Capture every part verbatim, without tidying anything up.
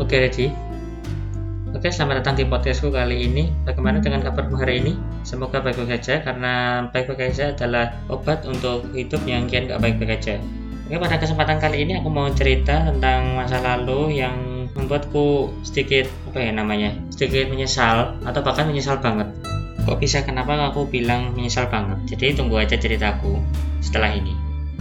Oke, ready? Oke, selamat datang di podcastku kali ini. Bagaimana dengan kabarmu hari ini? Semoga baik-baik saja, karena baik-baik saja adalah obat untuk hidup yang kian gak baik-baik saja. Oke, pada kesempatan kali ini aku mau cerita tentang masa lalu yang membuatku sedikit, apa ya namanya, sedikit menyesal, atau bahkan menyesal banget. Kok bisa, kenapa aku bilang menyesal banget? Jadi tunggu aja ceritaku setelah ini.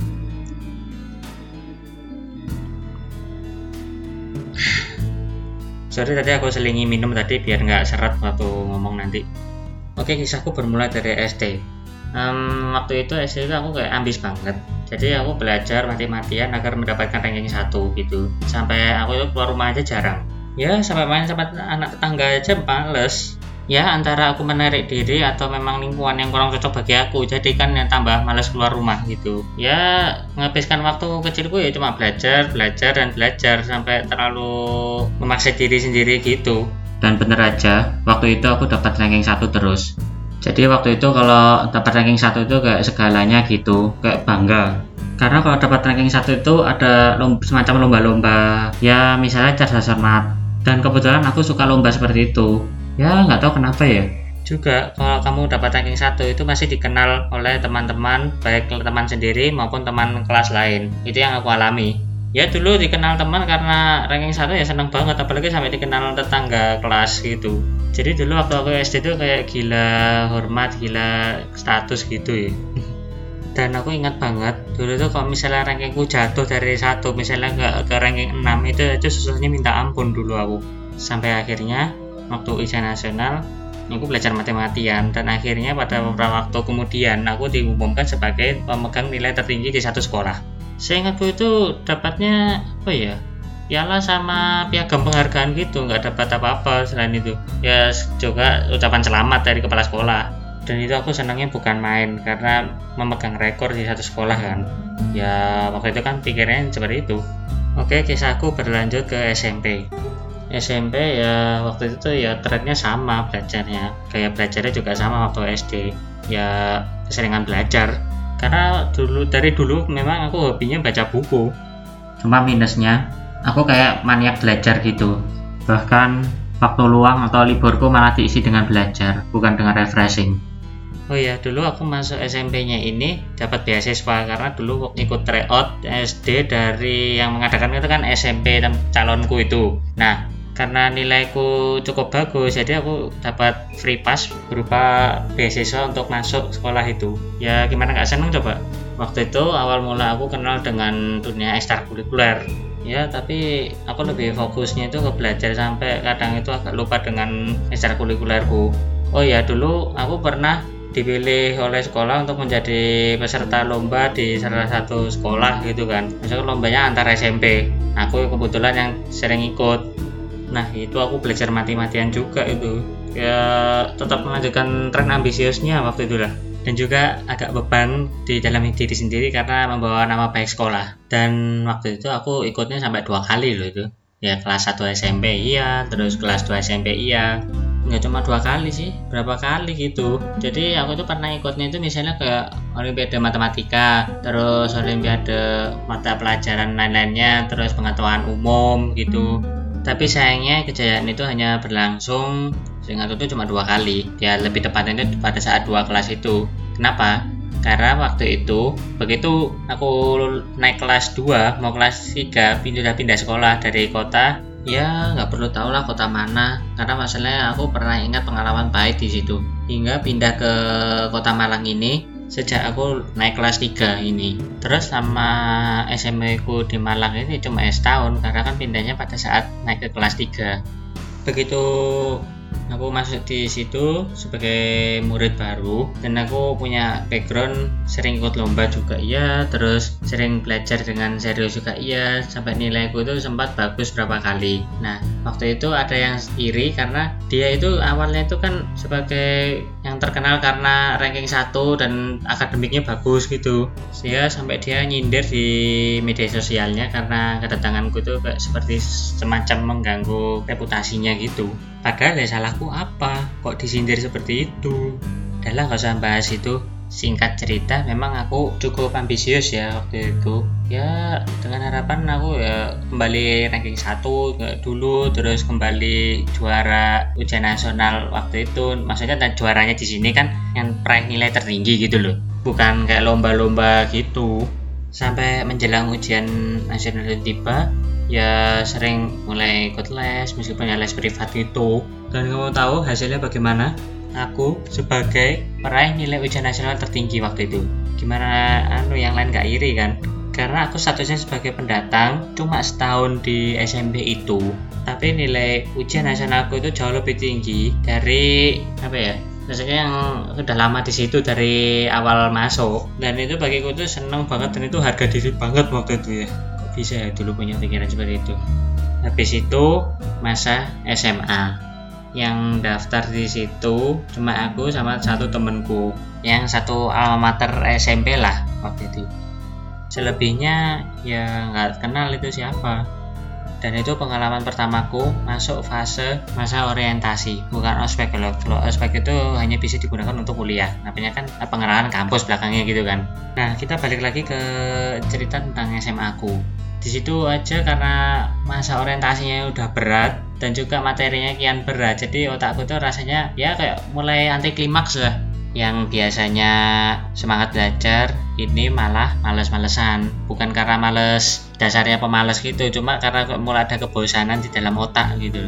Sorry tadi aku selingi minum tadi biar nggak seret waktu ngomong nanti. Oke, kisahku bermula dari S D. Um, waktu itu S D itu aku kayak ambis banget. Jadi aku belajar mati-matian agar mendapatkan ranking satu gitu. Sampai aku itu keluar rumah aja jarang. Ya sampai main sama anak tetangga aja males. Ya antara aku menarik diri atau memang lingkungan yang kurang cocok bagi aku, jadi kan yang tambah males keluar rumah gitu. Ya menghabiskan waktu kecilku ya cuma belajar, belajar dan belajar sampai terlalu memaksa diri sendiri gitu. Dan bener aja, waktu itu aku dapat ranking satu terus. Jadi waktu itu kalau dapat ranking satu itu kayak segalanya gitu, kayak bangga. Karena kalau dapat ranking satu itu ada lomba, semacam lomba-lomba, ya misalnya cerdas cermat. Dan kebetulan aku suka lomba seperti itu. Ya nggak tahu kenapa ya. Juga kalau kamu dapat ranking satu itu masih dikenal oleh teman-teman, baik teman sendiri maupun teman kelas lain. Itu yang aku alami. Ya dulu dikenal teman karena ranking satu ya seneng banget, apalagi sampai dikenal tetangga kelas gitu. Jadi dulu waktu aku S D itu kayak gila hormat, gila status gitu ya. Dan aku ingat banget dulu tuh kalau misalnya rankingku jatuh dari satu, misalnya nggak ke ranking enam, itu aja susahnya minta ampun dulu aku. Sampai akhirnya waktu ujian nasional aku belajar mati-matian, dan akhirnya pada beberapa waktu kemudian aku diumumkan sebagai pemegang nilai tertinggi di satu sekolah. Seingatku itu dapatnya apa ya, piala sama piagam penghargaan gitu, nggak dapat apa-apa selain itu. Ya juga ucapan selamat dari kepala sekolah. Dan itu aku senangnya bukan main, karena memegang rekor di satu sekolah kan. Ya waktu itu kan pikirnya seperti itu. Oke, kisahku berlanjut ke S M P. S M P ya waktu itu tuh ya trennya sama belajarnya, kayak belajarnya juga sama waktu S D, ya keseringan belajar. Karena dulu dari dulu memang aku hobinya baca buku. Cuma minusnya aku kayak maniak belajar gitu. Bahkan waktu luang atau liburku malah diisi dengan belajar, bukan dengan refreshing. Oh iya, dulu aku masuk S M P-nya ini dapat beasiswa karena dulu ikut tryout S D dari yang mengadakan itu kan S M P dan calonku itu. Nah, karena nilaiku cukup bagus, jadi aku dapat free pass berupa beasiswa untuk masuk sekolah itu. Ya gimana nggak seneng coba. Waktu itu awal mula aku kenal dengan dunia ekstrakurikuler. Ya tapi aku lebih fokusnya itu ke belajar, sampai kadang itu agak lupa dengan ekstrakurikulerku. Oh ya, dulu aku pernah dipilih oleh sekolah untuk menjadi peserta lomba di salah satu sekolah gitu kan. Misalnya lombanya antar S M P. Aku kebetulan yang sering ikut. Nah itu aku belajar mati-matian juga itu. Ya tetap melanjutkan tren ambisiusnya waktu itu lah. Dan juga agak beban di dalam diri sendiri karena membawa nama baik sekolah. Dan waktu itu aku ikutnya sampai dua kali loh itu. Ya kelas satu S M P iya, terus kelas dua S M P iya. Nggak cuma dua kali sih, berapa kali gitu. Jadi aku tuh pernah ikutnya itu misalnya kayak olimpiade matematika, terus olimpiade mata pelajaran lain-lainnya, terus pengetahuan umum gitu. Tapi sayangnya kejayaan itu hanya berlangsung, seingat itu cuma dua kali. Ya lebih tepatnya itu pada saat dua kelas itu. Kenapa? Karena waktu itu begitu aku naik kelas dua mau kelas tiga, pindah-pindah sekolah dari kota. Ya nggak perlu tahu lah kota mana, karena masalahnya aku pernah ingat pengalaman pahit di situ. Hingga pindah ke kota Malang ini sejak aku naik kelas tiga ini. Terus sama S M P ku di Malang ini cuma setahun, karena kan pindahnya pada saat naik ke kelas tiga. Begitu aku masuk di situ sebagai murid baru, dan aku punya background sering ikut lomba juga iya, terus sering belajar dengan serius juga iya, sampai nilaiku itu sempat bagus berapa kali. Nah waktu itu ada yang iri karena dia itu awalnya itu kan sebagai yang terkenal karena ranking satu dan akademiknya bagus gitu. Dia sampai dia nyindir di media sosialnya karena kedatanganku itu kayak seperti semacam mengganggu reputasinya gitu. Padahal ya salahku apa? Kok disindir seperti itu? Udahlah gak usah bahas itu. singkat cerita, memang aku cukup ambisius ya waktu itu. Ya dengan harapan aku ya kembali ranking satu kayak dulu, terus kembali juara ujian nasional waktu itu. Maksudnya dan juaranya di sini kan yang peraih nilai tertinggi gitu loh, bukan kayak lomba-lomba gitu. Sampai menjelang ujian nasional itu tiba, ya sering mulai ikut les, meskipun ya les privat itu. Dan kamu tahu hasilnya bagaimana? Aku sebagai peraih nilai ujian nasional tertinggi waktu itu. Gimana anu yang lain gak iri kan? Karena aku statusnya sebagai pendatang cuma setahun di S M P itu, tapi nilai ujian nasional aku itu jauh lebih tinggi dari apa ya? Maksudnya yang udah lama di situ dari awal masuk. Dan itu bagiku tuh seneng banget, dan itu harga diri banget waktu itu ya. Kok bisa ya dulu punya pikiran seperti itu. Habis itu masa S M A. Yang daftar di situ cuma aku sama satu temenku yang satu alma mater S M P lah waktu itu. Selebihnya ya nggak kenal itu siapa. Dan itu pengalaman pertamaku masuk fase masa orientasi, bukan ospek. Kalau kalau ospek itu hanya bisa digunakan untuk kuliah, namanya kan pengenalan kampus belakangnya gitu kan. Nah, kita balik lagi ke cerita tentang S M A aku. Di situ aja karena masa orientasinya udah berat dan juga materinya kian berat, jadi otakku tuh rasanya ya kayak mulai anti klimaks lah. Yang biasanya semangat belajar ini malah males-malesan, bukan karena males dasarnya pemalas gitu, cuma karena mulai ada kebosanan di dalam otak gitu.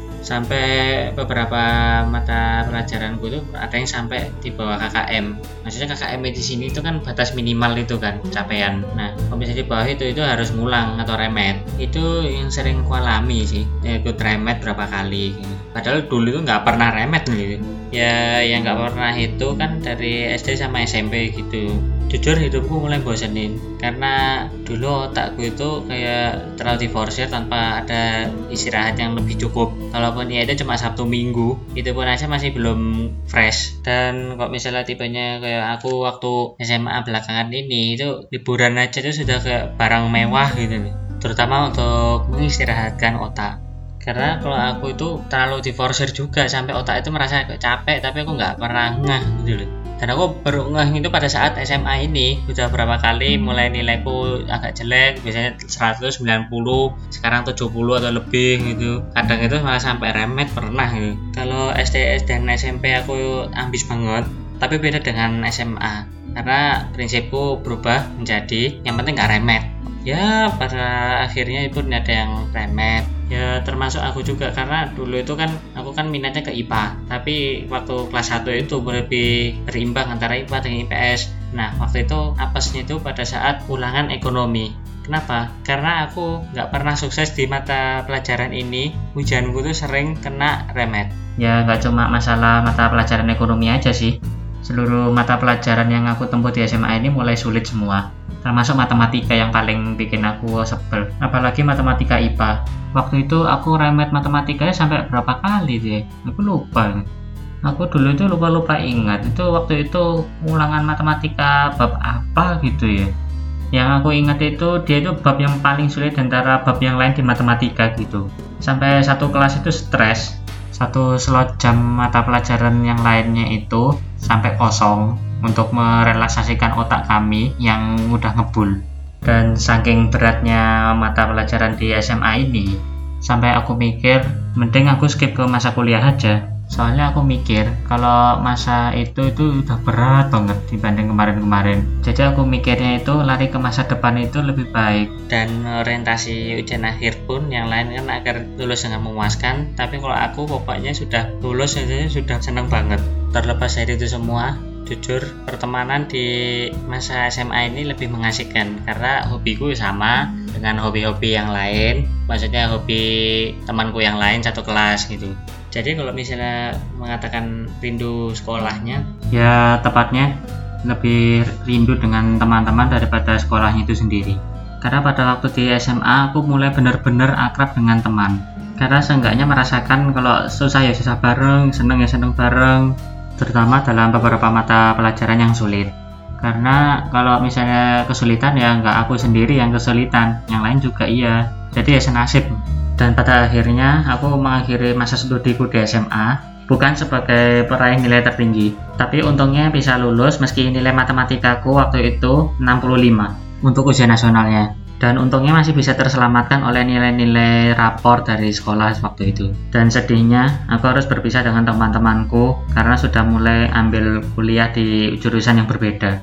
Sampai beberapa mata pelajaran gue tuh ada yang sampai di bawah K K M. Maksudnya K K M di sini itu kan batas minimal itu kan capaian. Nah, kalau bisa di bawah itu itu harus ngulang atau remet. Itu yang sering ku alami sih. Ya, ikut remet berapa kali. Gitu. Padahal dulu itu nggak pernah remet gitu. Ya, yang nggak pernah itu kan dari S D sama S M P gitu. Jujur hidupku mulai bosenin karena dulu otakku itu kayak terlalu diforsir tanpa ada istirahat yang lebih cukup. Kalaupun ya itu cuma Sabtu Minggu, itu pun aja masih belum fresh. Dan kok misalnya tipenya kayak aku waktu S M A belakangan ini, itu liburan aja itu sudah kayak barang mewah gitu nih, terutama untuk mengistirahatkan otak. Karena kalau aku itu terlalu diforsir juga sampai otak itu merasa kayak capek, tapi aku nggak pernah ngeh gitu loh. Dan aku baru ngeh itu pada saat S M A ini. Udah berapa kali mulai nilaiku agak jelek, biasanya seratus sembilan puluh, sekarang tujuh puluh atau lebih gitu. Kadang itu malah sampai remet pernah gitu. Kalau S D dan S M P aku ambis banget, tapi beda dengan S M A. Karena prinsipku berubah menjadi yang penting gak remet. Ya pada akhirnya pun ada yang remet. Ya termasuk aku juga, karena dulu itu kan aku kan minatnya ke I P A, tapi waktu kelas satu itu lebih berimbang antara I P A dengan I P S. Nah waktu itu apesnya itu pada saat ulangan ekonomi. Kenapa? Karena aku nggak pernah sukses di mata pelajaran ini. Ujianku tuh sering kena remet. Ya nggak cuma masalah mata pelajaran ekonomi aja sih, seluruh mata pelajaran yang aku tempuh di S M A ini mulai sulit semua, termasuk matematika yang paling bikin aku sebel, apalagi matematika I P A. Waktu itu aku remet matematikanya sampai berapa kali deh, aku lupa. Aku dulu itu lupa-lupa ingat, itu waktu itu ulangan matematika bab apa gitu ya. Yang aku ingat itu dia itu bab yang paling sulit antara bab yang lain di matematika gitu. Sampai satu kelas itu stres, satu slot jam mata pelajaran yang lainnya itu sampai kosong untuk merelaksasikan otak kami yang udah ngebul. Dan saking beratnya mata pelajaran di S M A ini, sampai aku mikir mending aku skip ke masa kuliah aja. Soalnya aku mikir kalau masa itu itu udah berat banget dibanding kemarin-kemarin. Jadi aku mikirnya itu lari ke masa depan itu lebih baik. Dan orientasi ujian akhir pun yang lain kan agar lulus dengan memuaskan, tapi kalau aku pokoknya sudah lulus aja sudah seneng banget. Terlepas dari itu semua, jujur pertemanan di masa S M A ini lebih mengasihkan karena hobiku sama dengan hobi-hobi yang lain, maksudnya hobi temanku yang lain satu kelas gitu. Jadi kalau misalnya mengatakan rindu sekolahnya, ya tepatnya lebih rindu dengan teman-teman daripada sekolahnya itu sendiri. Karena pada waktu di S M A aku mulai benar-benar akrab dengan teman, karena seenggaknya merasakan kalau susah ya susah bareng, seneng ya seneng bareng, terutama dalam beberapa mata pelajaran yang sulit. Karena kalau misalnya kesulitan ya nggak aku sendiri yang kesulitan, yang lain juga iya, jadi ya senasib. Dan pada akhirnya aku mengakhiri masa studiku di S M A bukan sebagai peraih nilai tertinggi. Tapi untungnya bisa lulus meski nilai matematikaku waktu itu enam puluh lima untuk ujian nasionalnya. Dan untungnya masih bisa terselamatkan oleh nilai-nilai rapor dari sekolah waktu itu. Dan sedihnya, aku harus berpisah dengan teman-temanku karena sudah mulai ambil kuliah di jurusan yang berbeda.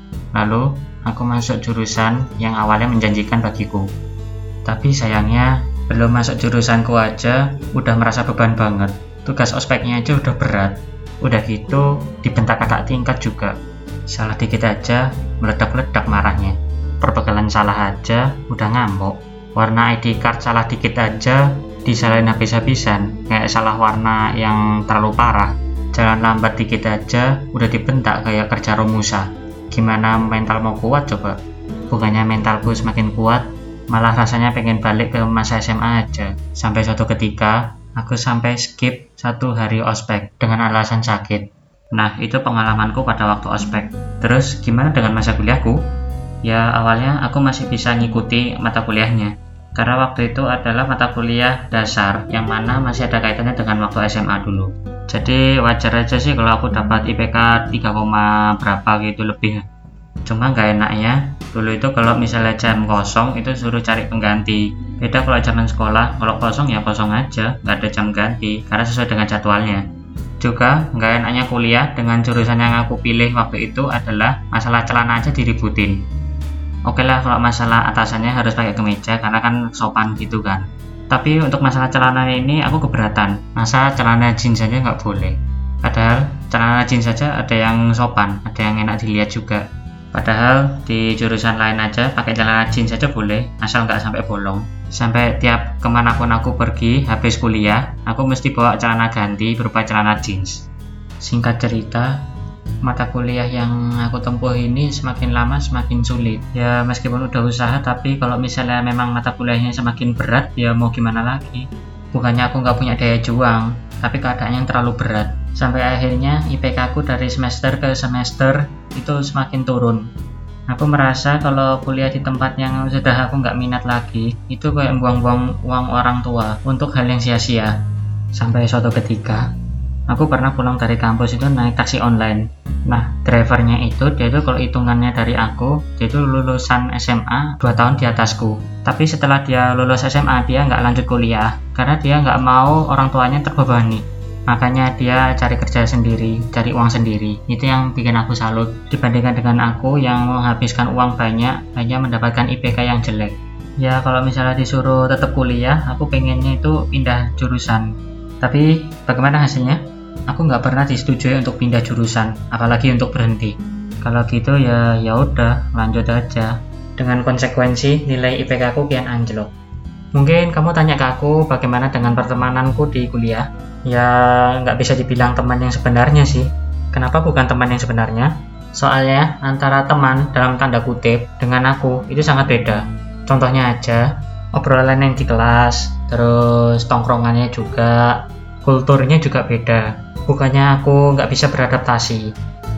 Lalu, aku masuk jurusan yang awalnya menjanjikan bagiku. Tapi sayangnya, belum masuk jurusanku aja, udah merasa beban banget. Tugas ospeknya aja udah berat. Udah gitu, dibentak kakak tingkat juga. Salah dikit aja, meledak-ledak marahnya. Perbekalan salah aja udah ngamuk, warna I D card salah dikit aja disalahin habis-habisan, kayak salah warna yang terlalu parah. Jalan lambat dikit aja udah dibentak kayak kerja Romusa. Gimana mental mau kuat coba? Bukannya mentalku semakin kuat, malah rasanya pengen balik ke masa S M A aja. Sampai suatu ketika aku sampai skip satu hari ospek dengan alasan sakit. Nah, itu pengalamanku pada waktu ospek. Terus gimana dengan masa kuliahku? Ya, awalnya aku masih bisa ngikuti mata kuliahnya, karena waktu itu adalah mata kuliah dasar yang mana masih ada kaitannya dengan waktu S M A dulu. Jadi wajar aja sih kalau aku dapat I P K tiga, berapa gitu lebih. Cuma nggak enaknya dulu itu kalau misalnya jam kosong itu suruh cari pengganti. Beda kalau zaman sekolah, kalau kosong ya kosong aja, nggak ada jam ganti karena sesuai dengan jadwalnya. Juga nggak enaknya kuliah dengan jurusan yang aku pilih waktu itu adalah masalah celana aja diributin. Oke lah kalau masalah atasannya harus pakai kemeja karena kan sopan gitu kan. Tapi untuk masalah celana ini aku keberatan. Masa celana jeans saja nggak boleh? Padahal celana jeans saja ada yang sopan, ada yang enak dilihat juga. Padahal di jurusan lain aja pakai celana jeans saja boleh, asal nggak sampai bolong. Sampai tiap kemanapun aku pergi habis kuliah, aku mesti bawa celana ganti berupa celana jeans. Singkat cerita, mata kuliah yang aku tempuh ini semakin lama semakin sulit. Ya meskipun udah usaha, tapi kalau misalnya memang mata kuliahnya semakin berat, ya mau gimana lagi. Bukannya aku nggak punya daya juang, tapi keadaannya yang terlalu berat. Sampai akhirnya I P K aku dari semester ke semester itu semakin turun. Aku merasa kalau kuliah di tempat yang sudah aku nggak minat lagi, itu kayak buang-buang uang orang tua untuk hal yang sia-sia. Sampai suatu ketika, aku pernah pulang dari kampus itu naik taksi online. Nah, drivernya itu, dia itu kalau hitungannya dari aku, dia itu lulusan S M A dua tahun di atasku. Tapi setelah dia lulus S M A, dia nggak lanjut kuliah, karena dia nggak mau orang tuanya terbebani. Makanya dia cari kerja sendiri, cari uang sendiri. Itu yang bikin aku salut, dibandingkan dengan aku yang menghabiskan uang banyak, hanya mendapatkan I P K yang jelek. Ya, kalau misalnya disuruh tetap kuliah, aku pengennya itu pindah jurusan. Tapi, bagaimana hasilnya? Aku nggak pernah disetujui untuk pindah jurusan, apalagi untuk berhenti. Kalau gitu ya ya udah lanjut aja. Dengan konsekuensi nilai I P K aku kian anjlok. Mungkin kamu tanya ke aku bagaimana dengan pertemananku di kuliah. Ya nggak bisa dibilang teman yang sebenarnya sih. Kenapa bukan teman yang sebenarnya? Soalnya antara teman dalam tanda kutip dengan aku itu sangat beda. Contohnya aja, obrolan yang di kelas, terus tongkrongannya juga, kulturnya juga beda. Bukannya aku nggak bisa beradaptasi,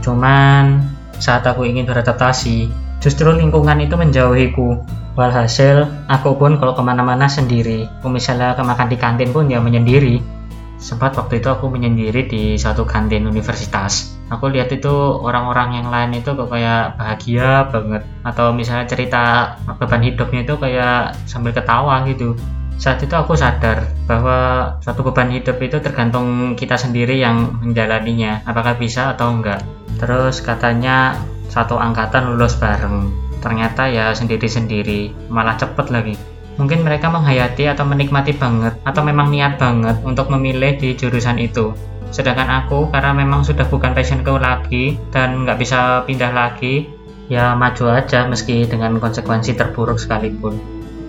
cuman saat aku ingin beradaptasi, justru lingkungan itu menjauhiku. Walhasil, aku pun kalau kemana-mana sendiri. Kalau misalnya makan di kantin pun ya menyendiri. Sempat waktu itu aku menyendiri di satu kantin universitas. Aku lihat itu orang-orang yang lain itu kok kayak bahagia banget. Atau misalnya cerita beban hidupnya itu kayak sambil ketawa gitu. Saat itu aku sadar bahwa suatu beban hidup itu tergantung kita sendiri yang menjalaninya, apakah bisa atau enggak. Terus katanya satu angkatan lulus bareng, ternyata ya sendiri-sendiri, malah cepet lagi. Mungkin mereka menghayati atau menikmati banget, atau memang niat banget untuk memilih di jurusan itu. Sedangkan aku, karena memang sudah bukan passionku lagi, dan nggak bisa pindah lagi, ya maju aja meski dengan konsekuensi terburuk sekalipun.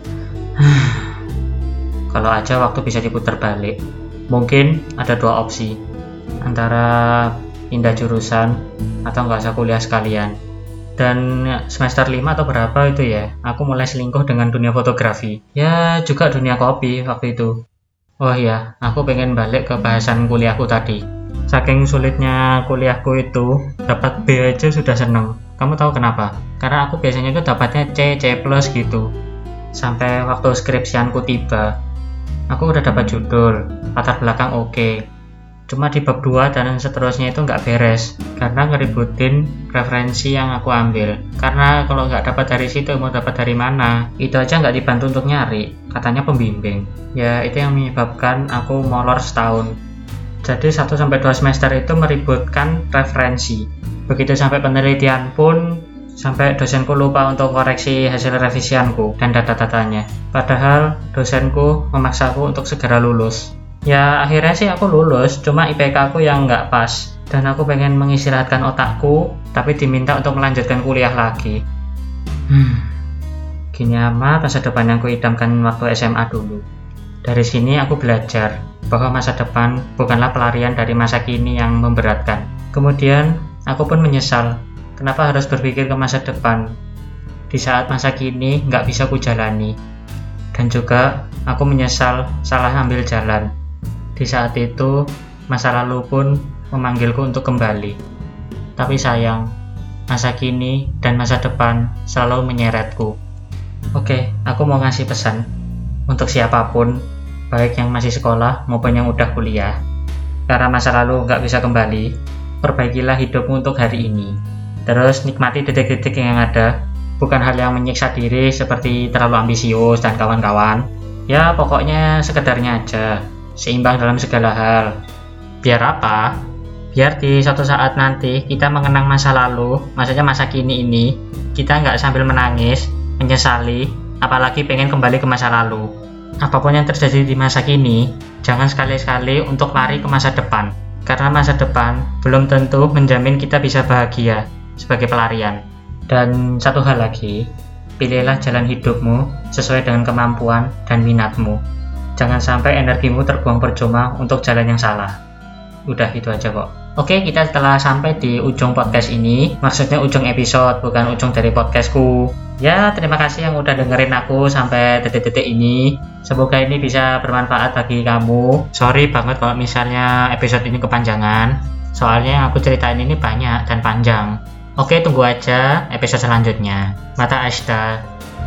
Kalau aja waktu bisa diputar balik, mungkin ada dua opsi, antara pindah jurusan atau nggak usah kuliah sekalian. Dan semester lima atau berapa itu ya, aku mulai selingkuh dengan dunia fotografi, ya juga dunia kopi waktu itu. Oh iya, aku pengen balik ke bahasan kuliahku tadi. Saking sulitnya kuliahku itu, dapat B aja sudah seneng. Kamu tahu kenapa? Karena aku biasanya itu dapatnya C, C plus gitu. Sampai waktu skripsianku tiba, aku udah dapat judul, latar belakang oke, Cuma di bab dua dan seterusnya itu nggak beres karena ngeributin referensi yang aku ambil. Karena kalau nggak dapat dari situ mau dapat dari mana? Itu aja nggak dibantu untuk nyari, katanya pembimbing. Ya itu yang menyebabkan aku molor setahun. Jadi satu sampai dua semester itu meributkan referensi. Begitu sampai penelitian pun sampai dosenku lupa untuk koreksi hasil revisianku dan data-datanya. Padahal dosenku memaksaku untuk segera lulus. Ya akhirnya sih aku lulus, cuma I P K aku yang nggak pas. Dan aku pengen mengistirahatkan otakku, tapi diminta untuk melanjutkan kuliah lagi. Hmm, gini amat masa depan yang aku idamkan waktu S M A dulu. Dari sini aku belajar bahwa masa depan bukanlah pelarian dari masa kini yang memberatkan. Kemudian aku pun menyesal, kenapa harus berpikir ke masa depan di saat masa kini nggak bisa kujalani. Dan juga aku menyesal salah ambil jalan. Di saat itu, masa lalu pun memanggilku untuk kembali. Tapi sayang, masa kini dan masa depan selalu menyeretku. Oke, aku mau ngasih pesan untuk siapapun, baik yang masih sekolah maupun yang udah kuliah. Karena masa lalu nggak bisa kembali, perbaikilah hidupmu untuk hari ini. Terus nikmati detik-detik yang ada, bukan hal yang menyiksa diri seperti terlalu ambisius dan kawan-kawan. Ya pokoknya sekedarnya aja. Seimbang dalam segala hal. Biar apa? Biar di suatu saat nanti kita mengenang masa lalu, maksudnya masa kini ini, kita nggak sambil menangis, menyesali, apalagi pengen kembali ke masa lalu. Apapun yang terjadi di masa kini, jangan sekali-sekali untuk lari ke masa depan. Karena masa depan belum tentu menjamin kita bisa bahagia sebagai pelarian. Dan satu hal lagi, pilihlah jalan hidupmu sesuai dengan kemampuan dan minatmu. Jangan sampai energimu terbuang percuma untuk jalan yang salah. Udah itu aja kok. Oke, kita telah sampai di ujung podcast ini. Maksudnya ujung episode, bukan ujung dari podcastku. Ya, terima kasih yang udah dengerin aku sampai detik-detik ini. Semoga ini bisa bermanfaat bagi kamu. Sorry banget kalau misalnya episode ini kepanjangan. Soalnya yang aku ceritain ini banyak dan panjang. Oke, tunggu aja episode selanjutnya. Mata Ashta.